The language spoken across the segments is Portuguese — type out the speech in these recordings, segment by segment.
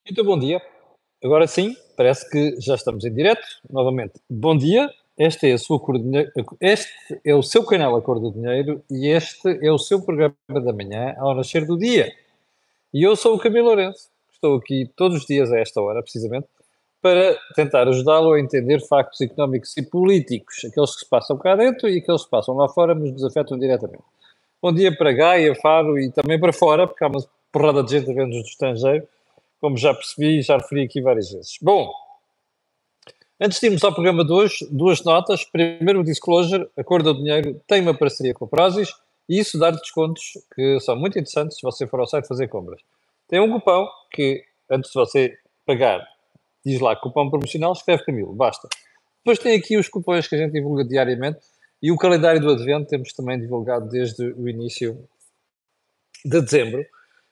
Então, bom dia. Agora sim, parece que já estamos em direto. Novamente, bom dia. Este é a sua este é o seu canal A Cor do Dinheiro e este é o seu programa da manhã ao nascer do dia. E eu sou o Camilo Lourenço. Estou aqui todos os dias a esta hora, precisamente, para tentar ajudá-lo a entender factos económicos e políticos, aqueles que se passam cá dentro e aqueles que se passam lá fora, mas nos afetam diretamente. Bom dia para Gaia, Faro e também para fora, porque há uma porrada de gente a ver-nos do estrangeiro, como já percebi e já referi aqui várias vezes. Bom, antes de irmos ao programa de hoje, duas notas. Primeiro, o disclosure, a Cor do Dinheiro tem uma parceria com a Prozis e isso dá descontos que são muito interessantes se você for ao site fazer compras. Tem um cupão que, antes de você pagar, diz lá cupom promocional, escreve Camilo, basta. Depois tem aqui os cupons que a gente divulga diariamente e o calendário do Advento temos também divulgado desde o início de dezembro.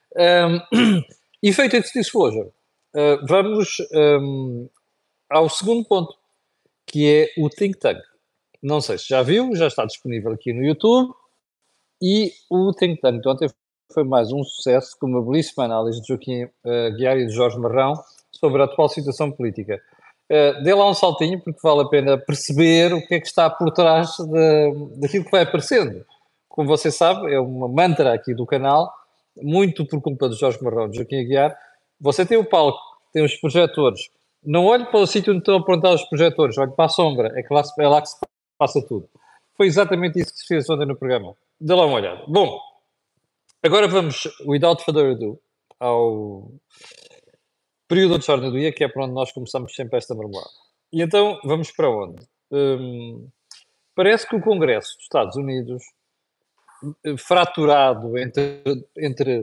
E feito este disclosure, vamos ao segundo ponto, que é o Think Tank. Não sei se já viu, já está disponível aqui no YouTube. E o Think Tank de ontem foi mais um sucesso, com uma belíssima análise de Joaquim Guiar e de Jorge Marrão sobre a atual situação política. Dê lá um saltinho, porque vale a pena perceber o que é que está por trás daquilo que vai aparecendo. Como você sabe, é uma mantra aqui do canal, muito por culpa de Jorge Marrão e de Joaquim Aguiar. Você tem o palco, tem os projetores. Não olhe para o sítio onde estão a apontar os projetores, olhe para a sombra, é lá que se passa tudo. Foi exatamente isso que se fez ontem no programa. Dê lá uma olhada. Bom, agora vamos, without further ado, ao período de ordem do dia, que é para onde nós começamos sempre esta marmelada. E então, vamos para onde? Parece que o Congresso dos Estados Unidos, fraturado entre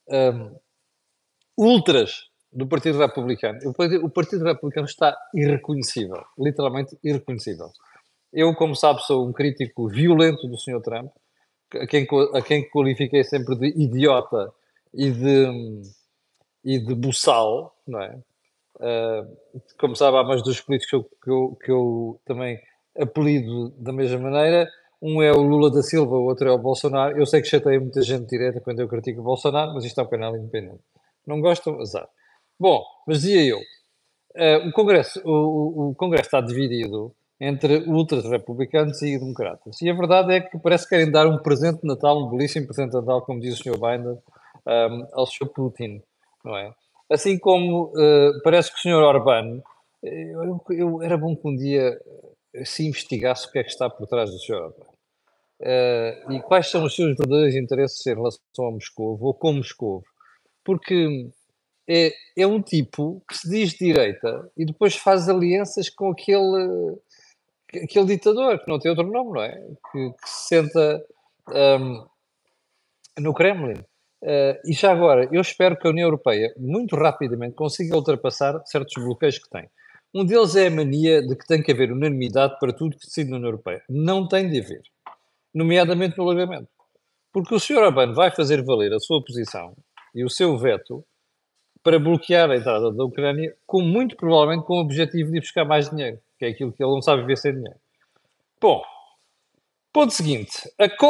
ultras do Partido Republicano, o Partido Republicano está irreconhecível, literalmente irreconhecível. Eu, como sabe, sou um crítico violento do Sr. Trump, a quem qualifiquei sempre de idiota e de buçal, não é? Como sabe, há mais dois políticos que eu também apelido da mesma maneira. Um é o Lula da Silva, o outro é o Bolsonaro. Eu sei que chateia muita gente direta quando eu critico o Bolsonaro, mas isto é um canal independente. Não gostam? Azar. Bom, mas dizia eu, o Congresso está dividido entre ultras republicanos e democratas. E a verdade é que parece que querem dar um presente de Natal, um belíssimo presente de Natal, como diz o Sr. Biden, ao Sr. Putin, não é? Assim como parece que o Sr. Orbán, era bom que um dia se investigasse o que é que está por trás do Sr. Orbán. E quais são os seus verdadeiros interesses em relação a Moscou ou com Moscou. Porque é um tipo que se diz de direita e depois faz alianças com aquele ditador, que não tem outro nome, não é? Que se senta um, no Kremlin. E já agora, eu espero que a União Europeia, muito rapidamente, consiga ultrapassar certos bloqueios que tem. Um deles é a mania de que tem que haver unanimidade para tudo que se decide na União Europeia. Não tem de haver, nomeadamente no alargamento. Porque o Sr. Orbán vai fazer valer a sua posição e o seu veto para bloquear a entrada da Ucrânia, muito provavelmente com o objetivo de ir buscar mais dinheiro, que é aquilo que ele não sabe viver sem dinheiro. Bom, ponto seguinte,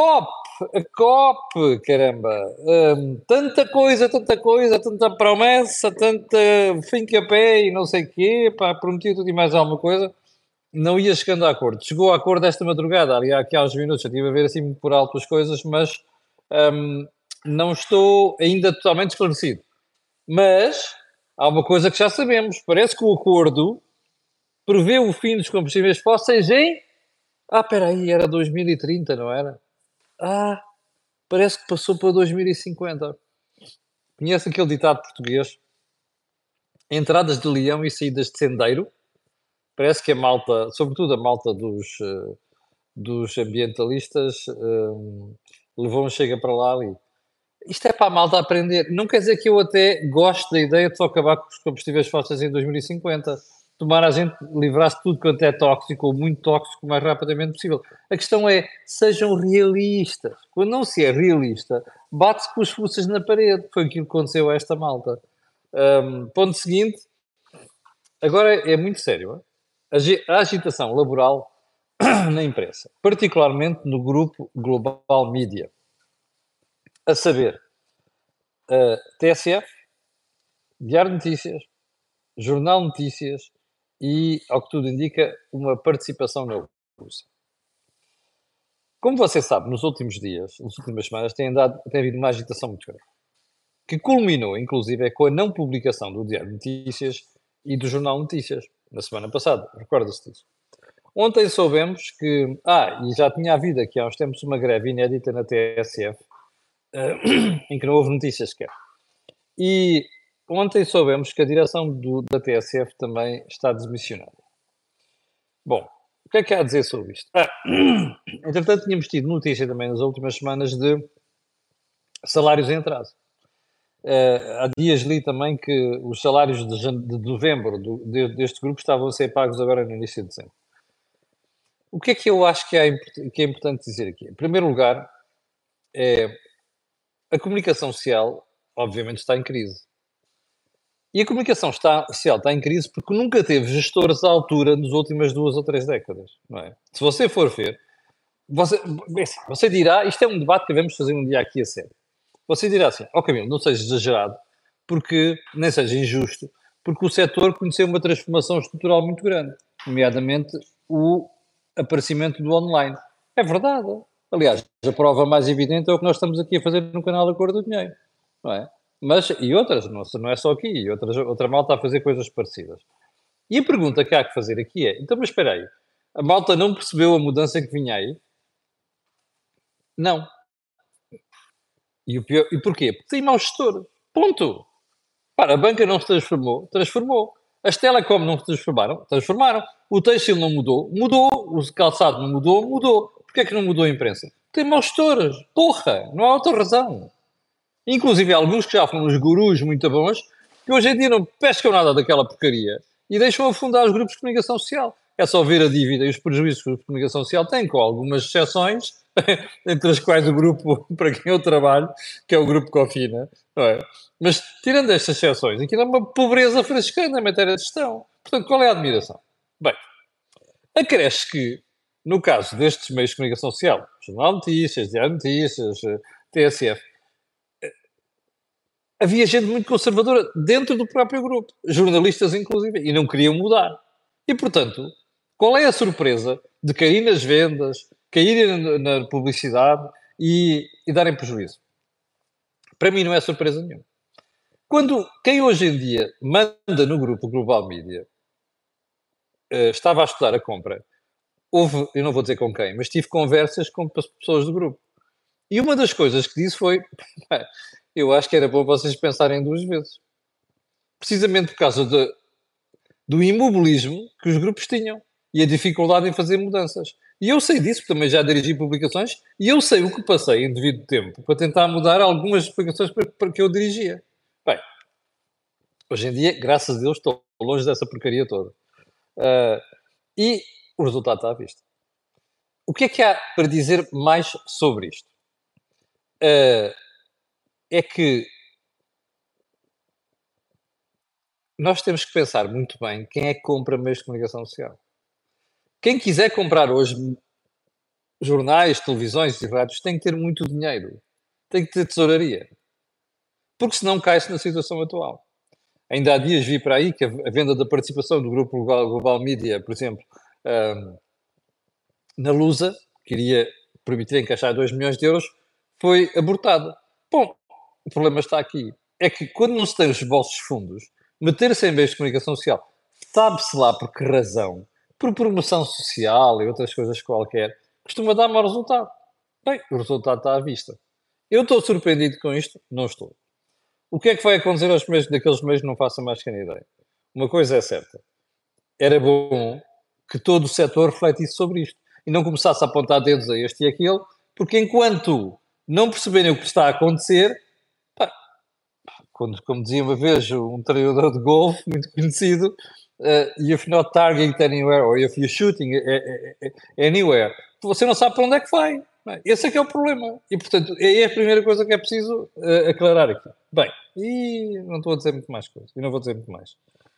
a COP, caramba, tanta coisa, tanta promessa, tanta fim que a pé e não sei o quê, pá, prometia tudo e mais alguma coisa, não ia chegando a acordo. Chegou a acordo esta madrugada, ali aqui há uns minutos, eu estive a ver assim por alto as coisas, mas hum, não estou ainda totalmente esclarecido. Mas há uma coisa que já sabemos: parece que o acordo prevê o fim dos combustíveis fósseis em. Ah, espera aí, era 2030, não era? Ah, parece que passou para 2050. Conhece aquele ditado português? Entradas de leão e saídas de sendeiro? Parece que a malta, sobretudo a malta dos ambientalistas, levou um chega para lá ali. Isto é para a malta aprender. Não quer dizer que eu até gosto da ideia de só acabar com os combustíveis fósseis em 2050. Tomara a gente livrar-se de tudo quanto é tóxico ou muito tóxico o mais rapidamente possível. A questão é, sejam realistas. Quando não se é realista, bate-se com as fuças na parede. Foi aquilo que aconteceu a esta malta. Ponto seguinte, agora é muito sério. A agitação laboral na imprensa, particularmente no grupo Global Media. A saber, TSF, Diário de Notícias, Jornal de Notícias e, ao que tudo indica, uma participação na Rússia. Como você sabe, nos últimos dias, nas últimas semanas, tem havido uma agitação muito grande, que culminou, inclusive, com a não publicação do Diário de Notícias e do Jornal de Notícias, na semana passada. Recorda-se disso. Ontem soubemos que... e já tinha havido aqui há uns tempos uma greve inédita na TSF, em que não houve notícias sequer. E ontem soubemos que a direção da TSF também está desmissionada. Bom, o que é que há a dizer sobre isto? Entretanto, tínhamos tido notícia também nas últimas semanas de salários em atraso. Há dias li também que os salários de novembro deste grupo estavam a ser pagos agora no início de dezembro. O que é que eu acho que é importante dizer aqui? Em primeiro lugar, a comunicação social, obviamente, está em crise. E a comunicação social está em crise porque nunca teve gestores à altura nas últimas 2 ou 3 décadas, não é? Se você for ver, você dirá, isto é um debate que devemos fazer um dia aqui a sério. Você dirá assim, Camilo, não seja exagerado, porque nem seja injusto, porque o setor conheceu uma transformação estrutural muito grande, nomeadamente o aparecimento do online. É verdade. Aliás, a prova mais evidente é o que nós estamos aqui a fazer no canal da Cor do Dinheiro, não é? Mas, e outras, não é só aqui, e outra malta a fazer coisas parecidas. E a pergunta que há que fazer aqui é, então, mas espera aí, a malta não percebeu a mudança que vinha aí? Não. E porquê? Porque tem mau gestor. Ponto. Para, a banca não se transformou, transformou. As telecom não se transformaram, transformaram. O têxtil não mudou, mudou. O calçado não mudou, mudou. Porquê é que não mudou a imprensa? Tem maus gestores. Porra, não há outra razão. Inclusive, alguns que já foram uns gurus muito bons, que hoje em dia não pescam nada daquela porcaria e deixam afundar os grupos de comunicação social. É só ver a dívida e os prejuízos que os grupos de comunicação social têm, com algumas exceções, entre as quais o grupo para quem eu trabalho, que é o grupo Cofina, não é? Mas, tirando estas exceções, aquilo é uma pobreza frescante na matéria de gestão. Portanto, qual é a admiração? Bem, acresce que, no caso destes meios de comunicação social, Jornal de Notícias, Diário de Notícias, TSF, havia gente muito conservadora dentro do próprio grupo, jornalistas inclusive, e não queriam mudar. E, portanto, qual é a surpresa de cair nas vendas, caírem na publicidade e darem prejuízo? Para mim não é surpresa nenhuma. Quando quem hoje em dia manda no grupo Global Media estava a estudar a compra, eu não vou dizer com quem, mas tive conversas com pessoas do grupo. E uma das coisas que disse foi, eu acho que era bom vocês pensarem 2 vezes. Precisamente por causa do imobilismo que os grupos tinham e a dificuldade em fazer mudanças. E eu sei disso, porque também já dirigi publicações, e eu sei o que passei em devido tempo para tentar mudar algumas publicações para que eu dirigia. Bem, hoje em dia, graças a Deus, estou longe dessa porcaria toda. E o resultado está à vista. O que é que há para dizer mais sobre isto? É que nós temos que pensar muito bem quem é que compra meios de comunicação social. Quem quiser comprar hoje jornais, televisões e rádios tem que ter muito dinheiro. Tem que ter tesouraria. Porque senão cai-se na situação atual. Ainda há dias vi para aí que a venda da participação do grupo Global Media, por exemplo, na Lusa, que iria permitir encaixar 2 milhões de euros, foi abortada. Bom, o problema está aqui. É que quando não se tem os bolsos fundos, meter-se em meios de comunicação social, sabe-se lá por que razão, por promoção social e outras coisas qualquer, costuma dar mau resultado. Bem, o resultado está à vista. Eu estou surpreendido com isto? Não estou. O que é que vai acontecer aos meios daqueles meios? Não faço mais pequena ideia. Uma coisa é certa. Era bom que todo o setor refletisse sobre isto e não começasse a apontar dedos a este e aquele, porque enquanto não perceberem o que está a acontecer, como dizia uma vez um treinador de golfe muito conhecido, if not targeting anywhere, or if you're shooting anywhere, você não sabe para onde é que vai. Esse é que é o problema. E, portanto, é a primeira coisa que é preciso aclarar aqui. Bem, e não estou a dizer muito mais coisas. E não vou dizer muito mais.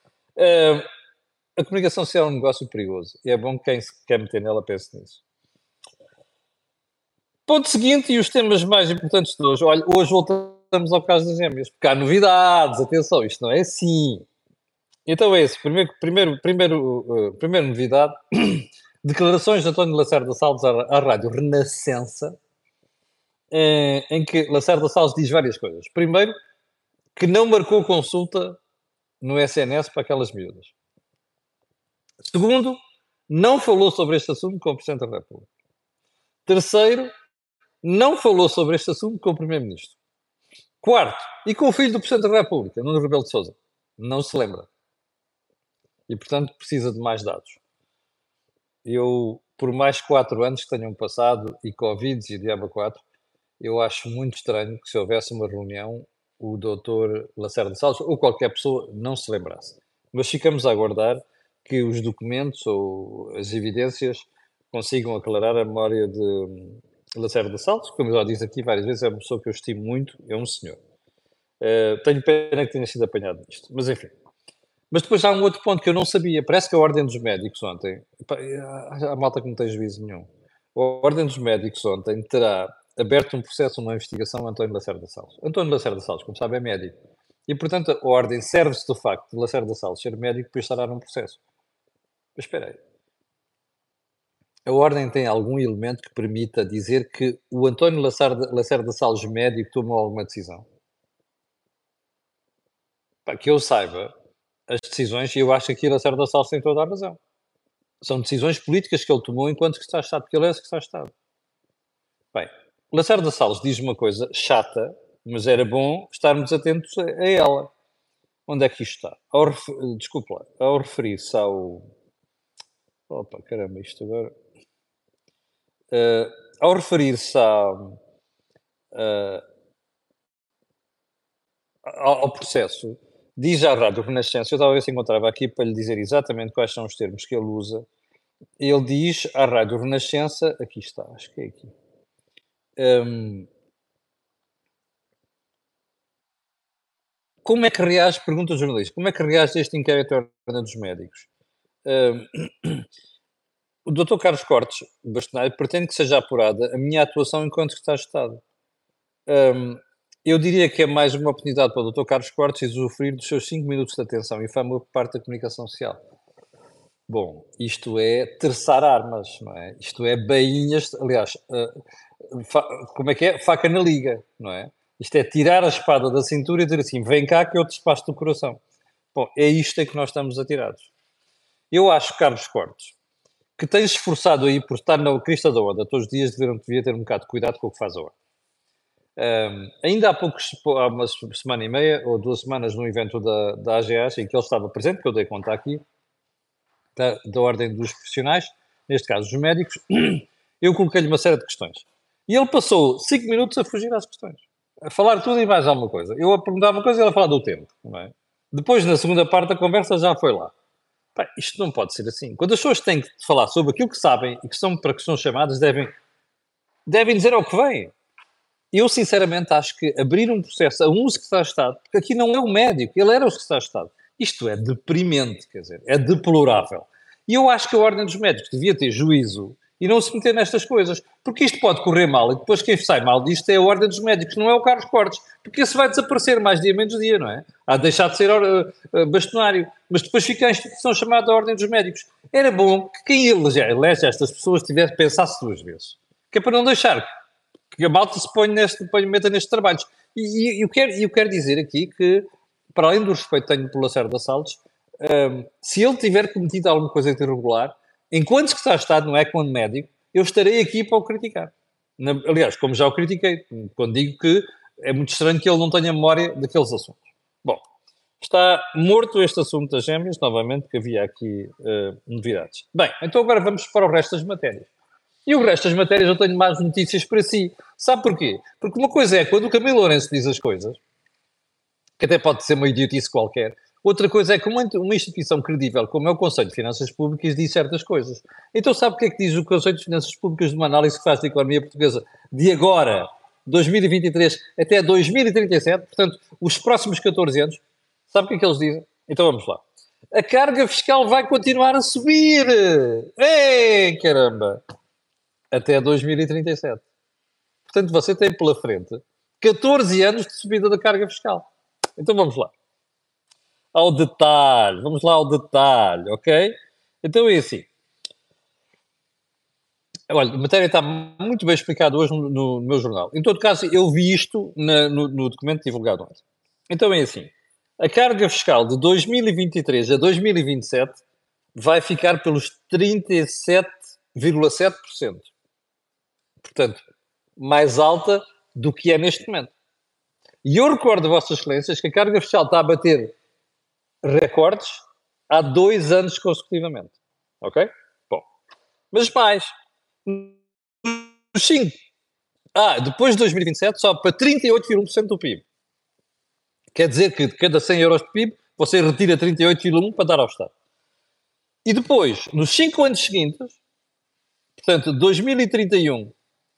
A comunicação social é um negócio perigoso. E é bom que quem se quer meter nela pense nisso. Ponto seguinte, e os temas mais importantes de hoje. Olha, hoje voltamos ao caso das gêmeas, porque há novidades, atenção, isto não é assim. Então é isso, primeira novidade, declarações de António Lacerda Salles à rádio Renascença, em que Lacerda Salles diz várias coisas. Primeiro, que não marcou consulta no SNS para aquelas miúdas. Segundo, não falou sobre este assunto com o Presidente da República. Terceiro, não falou sobre este assunto com o Primeiro-Ministro. Quarto, e com o filho do Presidente da República, Nuno Rebelo de Sousa. Não se lembra. E, portanto, precisa de mais dados. Eu, por mais 4 anos que tenham passado, e Covid e Diabo 4, eu acho muito estranho que se houvesse uma reunião, o doutor Lacerda Salles, ou qualquer pessoa, não se lembrasse. Mas ficamos a aguardar que os documentos ou as evidências consigam aclarar a memória de Lacerda Salles, como eu já disse aqui várias vezes, é uma pessoa que eu estimo muito, é um senhor. Tenho pena que tenha sido apanhado nisto, mas enfim. Mas depois há um outro ponto que eu não sabia. Parece que a Ordem dos Médicos ontem, há malta que não tem juízo nenhum. A Ordem dos Médicos ontem terá aberto um processo, uma investigação a António Lacerda Salles. António Lacerda Salles, como sabe, é médico. E, portanto, a Ordem serve-se do facto de Lacerda Salles ser médico para estar num processo. Mas espera aí. A Ordem tem algum elemento que permita dizer que o António Lacerda Salles médico tomou alguma decisão? Pá, que eu saiba, as decisões, e eu acho que aqui Lacerda Salles tem toda a razão. São decisões políticas que ele tomou enquanto secretário de Estado, porque ele é secretário de Estado. Bem, Lacerda Salles diz uma coisa chata, mas era bom estarmos atentos a ela. Onde é que isto está? Desculpa lá, ao referir-se ao... Opa, caramba, isto agora... ao referir-se ao processo, diz à Rádio Renascença, eu estava a ver se encontrava aqui para lhe dizer exatamente quais são os termos que ele usa. Ele diz à Rádio Renascença, aqui está, acho que é aqui. Como é que reage, pergunta o jornalista, como é que reage a este inquérito à Ordem dos Médicos? O Dr. Carlos Cortes Bastonário pretende que seja apurada a minha atuação enquanto secretário de Estado. Eu diria que é mais uma oportunidade para o Dr. Carlos Cortes usufruir dos seus 5 minutos de atenção e fama por parte da comunicação social. Bom, isto é terçar armas, não é? Isto é bainhas, aliás, como é que é? Faca na liga, não é? Isto é tirar a espada da cintura e dizer assim, vem cá que eu te despacho do coração. Bom, é isto em que nós estamos atirados. Eu acho, Carlos Cortes, que tens esforçado aí por estar na crista da onda todos os dias, devia ter um bocado de cuidado com o que faz a hora. Ainda há uma semana e meia ou 2 semanas no evento da AGAs, em que ele estava presente, que eu dei conta aqui, da ordem dos profissionais, neste caso os médicos, eu coloquei-lhe uma série de questões. E ele passou 5 minutos a fugir às questões. A falar tudo e mais alguma coisa. Eu a perguntar uma coisa e ele a falar do tempo. Não é? Depois, na segunda parte da conversa, já foi lá. Pá, isto não pode ser assim. Quando as pessoas têm que falar sobre aquilo que sabem e que são para que são chamadas, devem dizer ao que vem. Eu, sinceramente, acho que abrir um processo a um secretário de Estado, porque aqui não é o médico, ele era o secretário de Estado. Isto é deprimente, quer dizer, é deplorável. E eu acho que a Ordem dos Médicos devia ter juízo e não se meter nestas coisas, porque isto pode correr mal e depois quem sai mal disto é a Ordem dos Médicos, não é o Carlos Cortes, porque esse vai desaparecer mais dia menos dia, não é? Há de deixar de ser bastonário, mas depois fica a instituição chamada Ordem dos Médicos. Era bom que quem elege estas pessoas pensasse 2 vezes, que é para não deixar que a malta se meta nestes trabalhos. E eu quero dizer aqui que, para além do respeito que tenho pelo Lacerda Salles, se ele tiver cometido alguma coisa de irregular, enquanto secretário de Estado, não é quando médico, eu estarei aqui para o criticar. Aliás, como já o critiquei, quando digo que é muito estranho que ele não tenha memória daqueles assuntos. Bom, está morto este assunto das gêmeas, novamente, que havia aqui novidades. Bem, então agora vamos para o resto das matérias. E o resto das matérias eu tenho mais notícias para si. Sabe porquê? Porque uma coisa é quando o Camilo Lourenço diz as coisas, que até pode ser uma idiotice qualquer. Outra coisa é que uma instituição credível, como é o Conselho de Finanças Públicas, diz certas coisas. Então sabe o que é que diz o Conselho de Finanças Públicas de uma análise que faz da economia portuguesa de agora, 2023, até 2037, portanto, os próximos 14 anos? Sabe o que é que eles dizem? Então vamos lá. A carga fiscal vai continuar a subir. Ei, caramba! Até 2037. Portanto, você tem pela frente 14 anos de subida da carga fiscal. Então vamos lá. Vamos lá ao detalhe, ok? Então é assim. Olha, a matéria está muito bem explicada hoje no meu jornal. Em todo caso, eu vi isto no documento divulgado ontem. Então é assim. A carga fiscal de 2023 a 2027 vai ficar pelos 37,7%. Portanto, mais alta do que é neste momento. E eu recordo a Vossas Excelências que a carga fiscal está a bater recordes há 2 anos consecutivamente. Ok? Bom. Mas mais. Sim. Depois de 2027 sobe para 38,1% do PIB. Quer dizer que de cada 100 euros de PIB, você retira 38,1 para dar ao Estado. E depois, nos 5 anos seguintes, portanto, 2031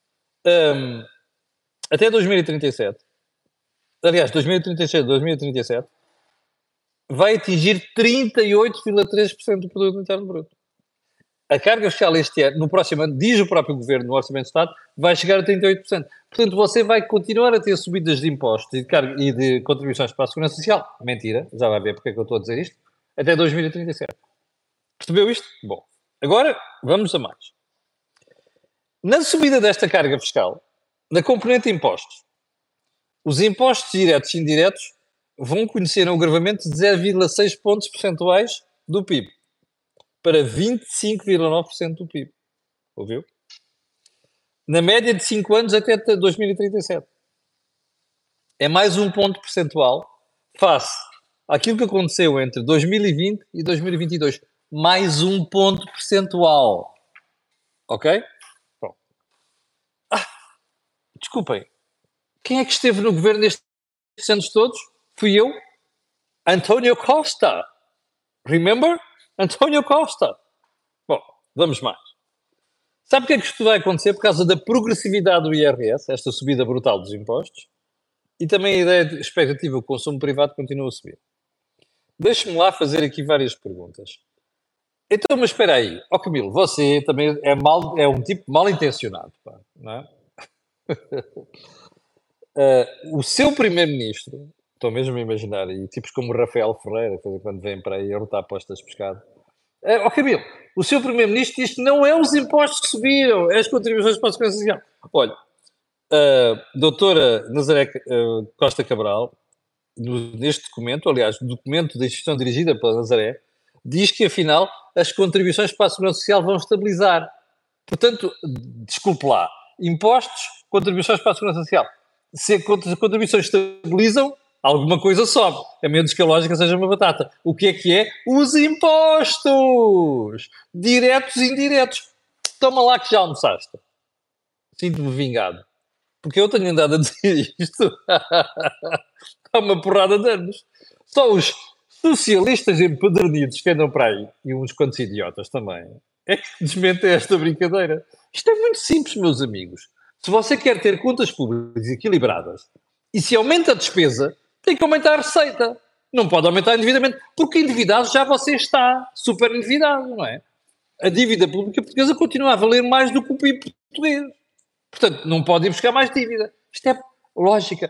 até 2037, aliás, 2036, 2037, vai atingir 38,3% do produto interno bruto. A carga fiscal este ano, no próximo ano, diz o próprio Governo no Orçamento de Estado, vai chegar a 38%. Portanto, você vai continuar a ter subidas de impostos e de contribuições para a Segurança Social. Mentira, já vai ver porque é que eu estou a dizer isto. Até 2037. Percebeu isto? Bom, agora vamos a mais. Na subida desta carga fiscal, na componente de impostos, os impostos diretos e indiretos vão conhecer um agravamento de 0,6 pontos percentuais do PIB para 25,9% do PIB. Ouviu? Na média de 5 anos até 2037. É mais um ponto percentual face àquilo que aconteceu entre 2020 e 2022. Mais um ponto percentual. Ok? Bom. Desculpem. Quem é que esteve no governo nestes anos todos? Fui eu. António Costa. Remember? António Costa. Bom, vamos mais. Sabe o que é que isto vai acontecer por causa da progressividade do IRS, esta subida brutal dos impostos, e também a ideia de expectativa que o consumo privado continua a subir? Deixe-me lá fazer aqui várias perguntas. Então, mas espera aí. Camilo, você também é um tipo mal intencionado, pá, não é? O seu primeiro-ministro, estou mesmo a imaginar, e tipos como o Rafael Ferreira, quando vêm para aí a rotar apostas de pescado. Camilo, o seu primeiro-ministro diz que não é os impostos que subiram, é as contribuições para a Segurança Social. Olha, doutora Nazaré Costa Cabral, neste documento, aliás, no documento da instituição dirigida pela Nazaré, diz que, afinal, as contribuições para a Segurança Social vão estabilizar. Portanto, desculpe lá, impostos, contribuições para a Segurança Social. Se as contribuições estabilizam, alguma coisa sobe. A menos que a lógica seja uma batata. O que é? Os impostos! Diretos e indiretos. Toma lá que já almoçaste. Sinto-me vingado. Porque eu tenho andado a dizer isto há uma porrada de anos. Só os socialistas empedernidos que andam para aí, e uns quantos idiotas também, é que desmentem esta brincadeira. Isto é muito simples, meus amigos. Se você quer ter contas públicas equilibradas, e se aumenta a despesa, tem que aumentar a receita. Não pode aumentar o endividamento, porque endividado já você está super endividado, não é? A dívida pública portuguesa continua a valer mais do que o PIB português. Portanto, não pode ir buscar mais dívida. Isto é lógica.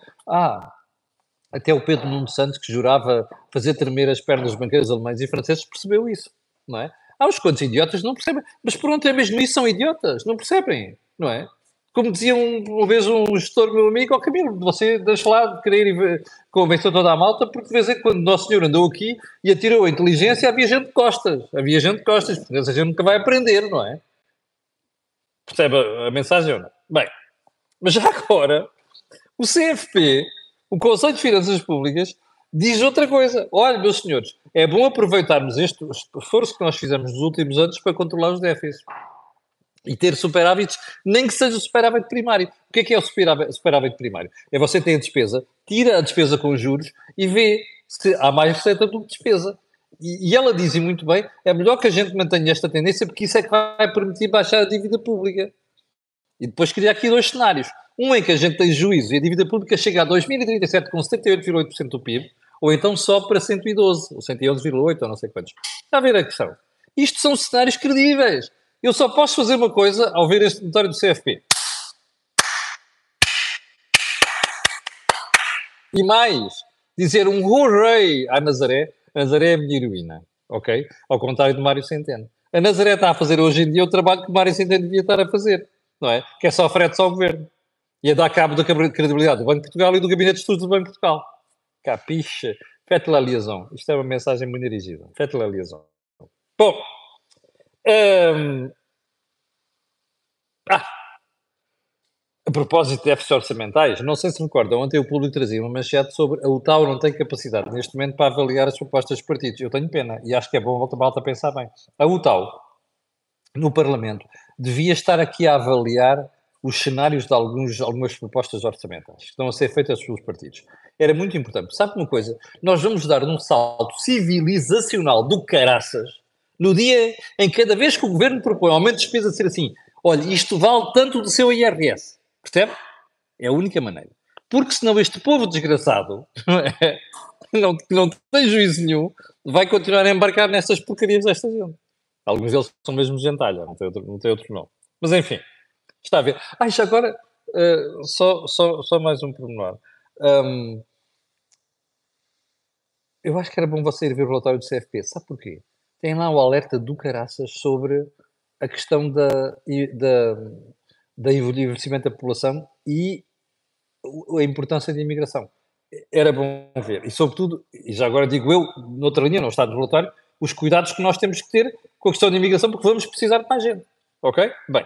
Até o Pedro Nuno Santos, que jurava fazer tremer as pernas dos banqueiros alemães e franceses, percebeu isso, não é? Há uns quantos idiotas que não percebem. Mas pronto, é mesmo isso, são idiotas, não percebem, não é? Como dizia uma vez um gestor meu amigo, Camilo, você deixa lá de querer convencer toda a malta, porque de vez em quando Nosso Senhor andou aqui e atirou a inteligência, havia gente de costas, portanto essa gente nunca vai aprender, não é? Percebe a mensagem ou não? Bem, mas já agora, o CFP, o Conselho de Finanças Públicas, diz outra coisa. Olha, meus senhores, é bom aproveitarmos este esforço que nós fizemos nos últimos anos para controlar os déficits. E ter superávites, nem que seja o superávit primário. O que é o superávit primário? É você ter a despesa, tira a despesa com juros e vê se há mais receita do que despesa. E ela diz, e muito bem, é melhor que a gente mantenha esta tendência, porque isso é que vai permitir baixar a dívida pública. E depois cria aqui 2 cenários. Um em que a gente tem juízo e a dívida pública chega a 2037 com 78,8% do PIB, ou então sobe para 112, ou 111,8, ou não sei quantos. Está a ver a questão? Isto são cenários credíveis. Eu só posso fazer uma coisa ao ver este notório do CFP. E mais, dizer um hooray à Nazaré. A Nazaré é a minha heroína, ok? Ao contrário de Mário Centeno. A Nazaré está a fazer hoje em dia o trabalho que o Mário Centeno devia estar a fazer, não é? Que é só frete ao governo. E a dar cabo da credibilidade do Banco de Portugal e do Gabinete de Estudos do Banco de Portugal. Capiche? Faites la liaison. Isto é uma mensagem muito dirigida. Faites la liaison. Bom, hum, ah, a propósito de déficits orçamentais, não sei se recordam, ontem o público trazia uma manchete sobre a UTAU não tem capacidade neste momento para avaliar as propostas dos partidos. Eu tenho pena e acho que é bom a malta pensar bem. A UTAU, no Parlamento, devia estar aqui a avaliar os cenários de algumas propostas orçamentais que estão a ser feitas pelos partidos. Era muito importante. Sabe uma coisa? Nós vamos dar um salto civilizacional do caraças no dia em que cada vez que o governo propõe aumento de despesa ser assim, olha, isto vale tanto do seu IRS. Percebe? É a única maneira. Porque senão este povo desgraçado não tem juízo nenhum, vai continuar a embarcar nestas porcarias desta gente. Alguns deles são mesmo gentalha, não tem outro nome. Mas enfim, está a ver. Já agora, só mais um pormenor. Eu acho que era bom você ir ver o relatório do CFP. Sabe porquê? Tem lá o alerta do caraças sobre a questão da envelhecimento da população e a importância da imigração. Era bom ver. E, sobretudo, e já agora digo eu, noutra linha, não está no relatório, os cuidados que nós temos que ter com a questão da imigração, porque vamos precisar de mais gente. Ok? Bem.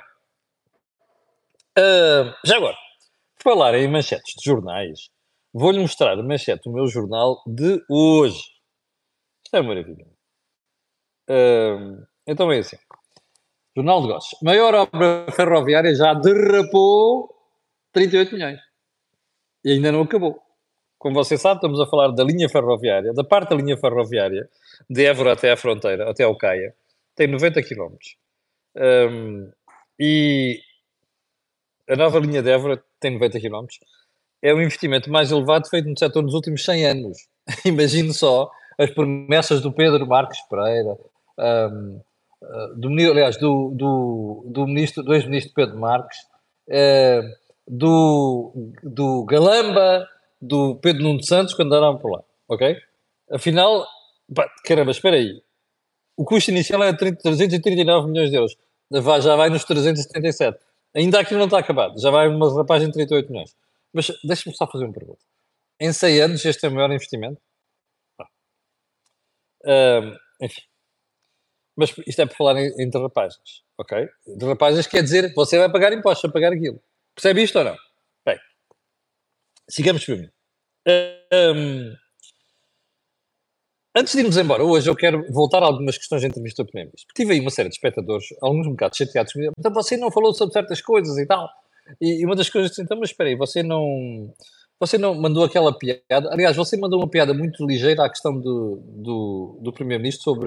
Já agora, por falar em manchetes de jornais, vou-lhe mostrar a manchete do meu jornal de hoje. Isto é maravilha. Então é assim. Jornal de Negócios. Maior obra ferroviária já derrapou 38 milhões. E ainda não acabou. Como você sabe, estamos a falar da linha ferroviária, da parte da linha ferroviária, de Évora até à fronteira, até ao Caia. Tem 90 quilómetros. E a nova linha de Évora tem 90 quilómetros. É o investimento mais elevado feito no setor nos últimos 100 anos. Imagine só as promessas do Pedro Marques Pereira, do ex-ministro Pedro Marques, do Galamba, do Pedro Nuno Santos, quando andaram por lá, ok? Afinal, caramba, espera aí. O custo inicial era 339 milhões de euros. Já vai nos 377. Ainda aquilo não está acabado. Já vai uma rapagem de 38 milhões. Mas deixa-me só fazer uma pergunta. Em 100 anos, este é o maior investimento? Enfim. Mas isto é por falar em derrapagens, ok? Derrapagens quer dizer, você vai pagar impostos a pagar aquilo. Percebe isto ou não? Bem, sigamos por mim. Antes de irmos embora, hoje eu quero voltar a algumas questões da entrevista do Primeiro-Ministro. Tive aí uma série de espectadores, alguns um bocado chateados comigo. Então você não falou sobre certas coisas e tal. E uma das coisas então, mas espera aí, você não mandou aquela piada. Aliás, você mandou uma piada muito ligeira à questão do Primeiro-Ministro sobre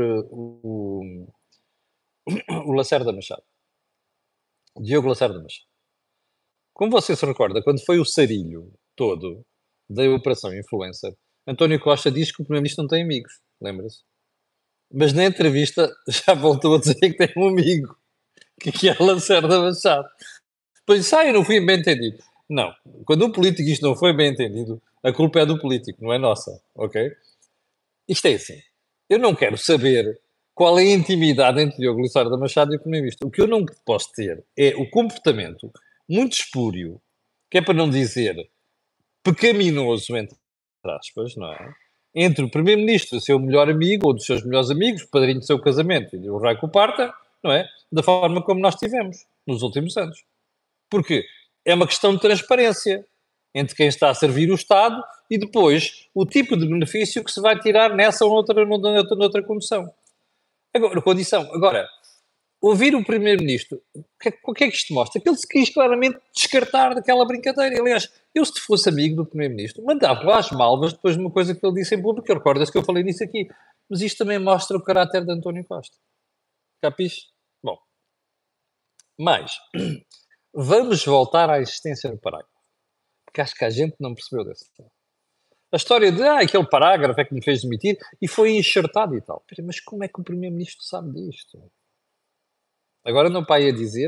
o Lacerda Machado. Diogo Lacerda Machado. Como você se recorda, quando foi o sarilho todo da Operação Influencer, António Costa diz que o Primeiro-Ministro não tem amigos. Lembra-se? Mas na entrevista já voltou a dizer que tem um amigo, que é Lacerda Machado. Depois disse, eu não fui bem entendido. Não, quando um político isto não foi bem entendido, a culpa é do político, não é nossa, ok? Isto é assim, eu não quero saber qual é a intimidade entre Diogo Lacerda Machado e o Primeiro-Ministro. O que eu não posso ter é o comportamento muito espúrio, que é para não dizer pecaminoso, entre aspas, não é? Entre o Primeiro-Ministro e o seu melhor amigo, ou dos seus melhores amigos, o padrinho do seu casamento e o Raico Parta, não é? Da forma como nós tivemos nos últimos anos. Porque é uma questão de transparência entre quem está a servir o Estado e depois o tipo de benefício que se vai tirar nessa ou noutra condição. Agora, ouvir o Primeiro-Ministro, o que é que isto mostra? Que ele se quis claramente descartar daquela brincadeira. Aliás, eu se fosse amigo do Primeiro-Ministro, mandava lá as malvas depois de uma coisa que ele disse em público, recordas que eu falei nisso aqui. Mas isto também mostra o caráter de António Costa. Capiche? Bom. Mas, vamos voltar à existência do parágrafo. Porque acho que a gente não percebeu desse. A história de, aquele parágrafo é que me fez demitir e foi enxertado e tal. Mas como é que o Primeiro-Ministro sabe disto? Agora não pai a dizer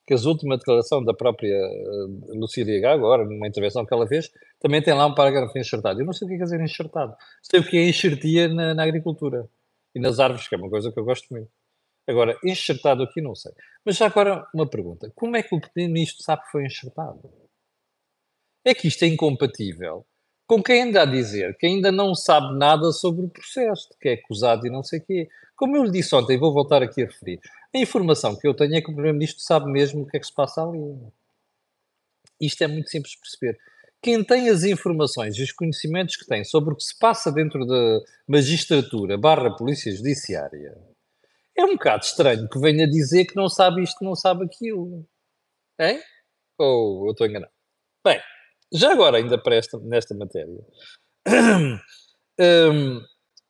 que a última declaração da própria Lucília Gago, agora, numa intervenção que ela fez, também tem lá um parágrafo enxertado. Eu não sei o que é quer dizer enxertado. Sei o que é enxertia na agricultura e nas árvores, que é uma coisa que eu gosto muito. Agora, enxertado aqui não sei. Mas já agora uma pergunta. Como é que o Primeiro-Ministro sabe que foi enxertado? É que isto é incompatível com quem anda a dizer que ainda não sabe nada sobre o processo, de que é acusado e não sei o quê. Como eu lhe disse ontem, e vou voltar aqui a referir, a informação que eu tenho é que o Primeiro-Ministro sabe mesmo o que é que se passa ali. Isto é muito simples de perceber. Quem tem as informações e os conhecimentos que tem sobre o que se passa dentro da magistratura barra polícia judiciária, é um bocado estranho que venha dizer que não sabe isto, não sabe aquilo. Hein? Ou eu estou enganado? Bem, já agora, ainda para nesta matéria, hum,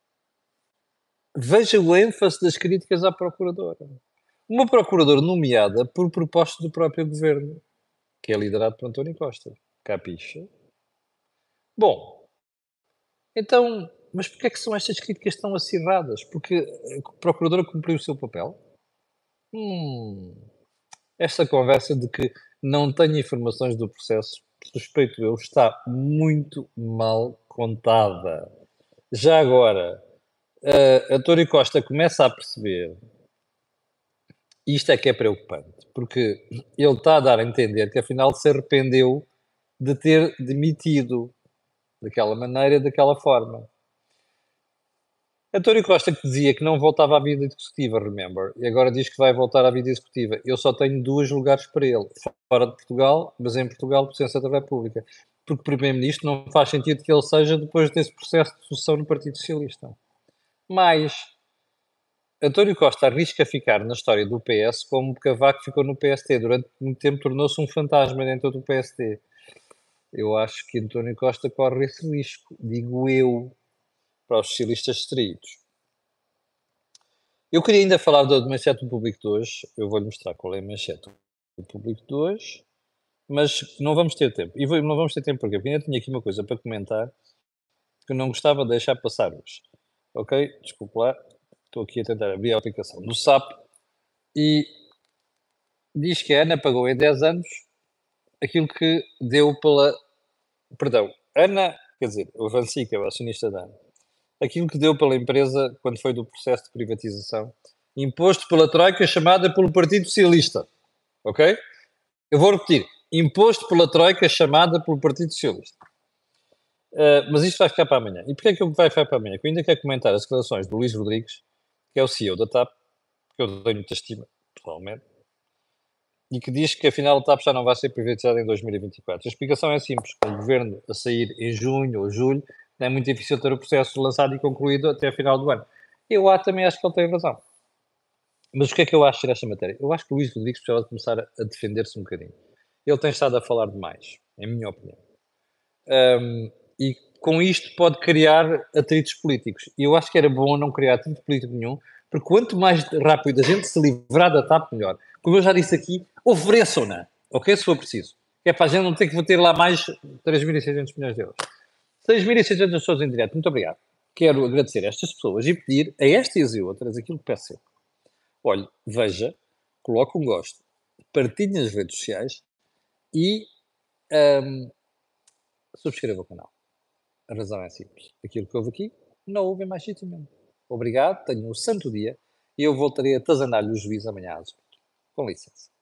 veja o ênfase das críticas à Procuradora. Uma Procuradora nomeada por proposta do próprio Governo, que é liderado por António Costa. Capixa? Bom, então, mas porquê é que são estas críticas tão acirradas? Porque a Procuradora cumpriu o seu papel? Hum, esta conversa de que não tenho informações do processo, suspeito eu, está muito mal contada. Já agora, António Costa começa a perceber, e isto é que é preocupante, porque ele está a dar a entender que afinal se arrependeu de ter demitido daquela maneira, daquela forma. António Costa que dizia que não voltava à vida executiva, remember, e agora diz que vai voltar à vida executiva. Eu só tenho dois lugares para ele, fora de Portugal, mas em Portugal, Presidência da República. Porque Primeiro-Ministro não faz sentido que ele seja depois desse processo de sucessão no Partido Socialista. Mas António Costa arrisca ficar na história do PS como Cavaco ficou no PST. Durante muito tempo tornou-se um fantasma dentro do PST. Eu acho que António Costa corre esse risco, digo eu, para os socialistas distraídos. Eu queria ainda falar da manchete do Público de hoje. Eu vou-lhe mostrar qual é a manchete do Público de hoje, mas não vamos ter tempo. E não vamos ter tempo porquê? Porque ainda tinha aqui uma coisa para comentar que eu não gostava de deixar passar hoje. Ok? Desculpe lá. Estou aqui a tentar abrir a aplicação do SAP e diz que a Ana pagou em 10 anos aquilo que deu pela. Perdão, Ana, quer dizer, o Vancica, o acionista da Ana, aquilo que deu pela empresa quando foi do processo de privatização, imposto pela Troika chamada pelo Partido Socialista. Ok? Eu vou repetir. Imposto pela Troika chamada pelo Partido Socialista. Mas isto vai ficar para amanhã. E porquê é que vai ficar para amanhã? Porque eu ainda quero comentar as declarações do Luís Rodrigues, que é o CEO da TAP, que eu tenho muita estima, pessoalmente, e que diz que afinal a TAP já não vai ser privatizada em 2024. A explicação é simples. Com o governo a sair em junho ou julho, é muito difícil ter o processo lançado e concluído até a final do ano. Eu também acho que ele tem razão. Mas o que é que eu acho desta matéria? Eu acho que o Luís Rodrigues precisava de começar a defender-se um bocadinho. Ele tem estado a falar demais, em minha opinião. E com isto pode criar atritos políticos. E eu acho que era bom não criar atrito político nenhum, porque quanto mais rápido a gente se livrar da TAP, melhor. Como eu já disse aqui, ofereçam-na, ok? Se for preciso. Que é para a gente não ter que ter lá mais 3.600 milhões de euros. 6.600 pessoas em direto, muito obrigado. Quero agradecer a estas pessoas e pedir a estas e outras aquilo que peço sempre. Olhe, veja, coloque um gosto, partilhe nas redes sociais e subscreva o canal. A razão é simples. Aquilo que houve aqui, não houve em mais sítio nenhum. Obrigado, tenham um santo dia e eu voltarei a tazanar-lhe o juízo amanhã às 8. Com licença.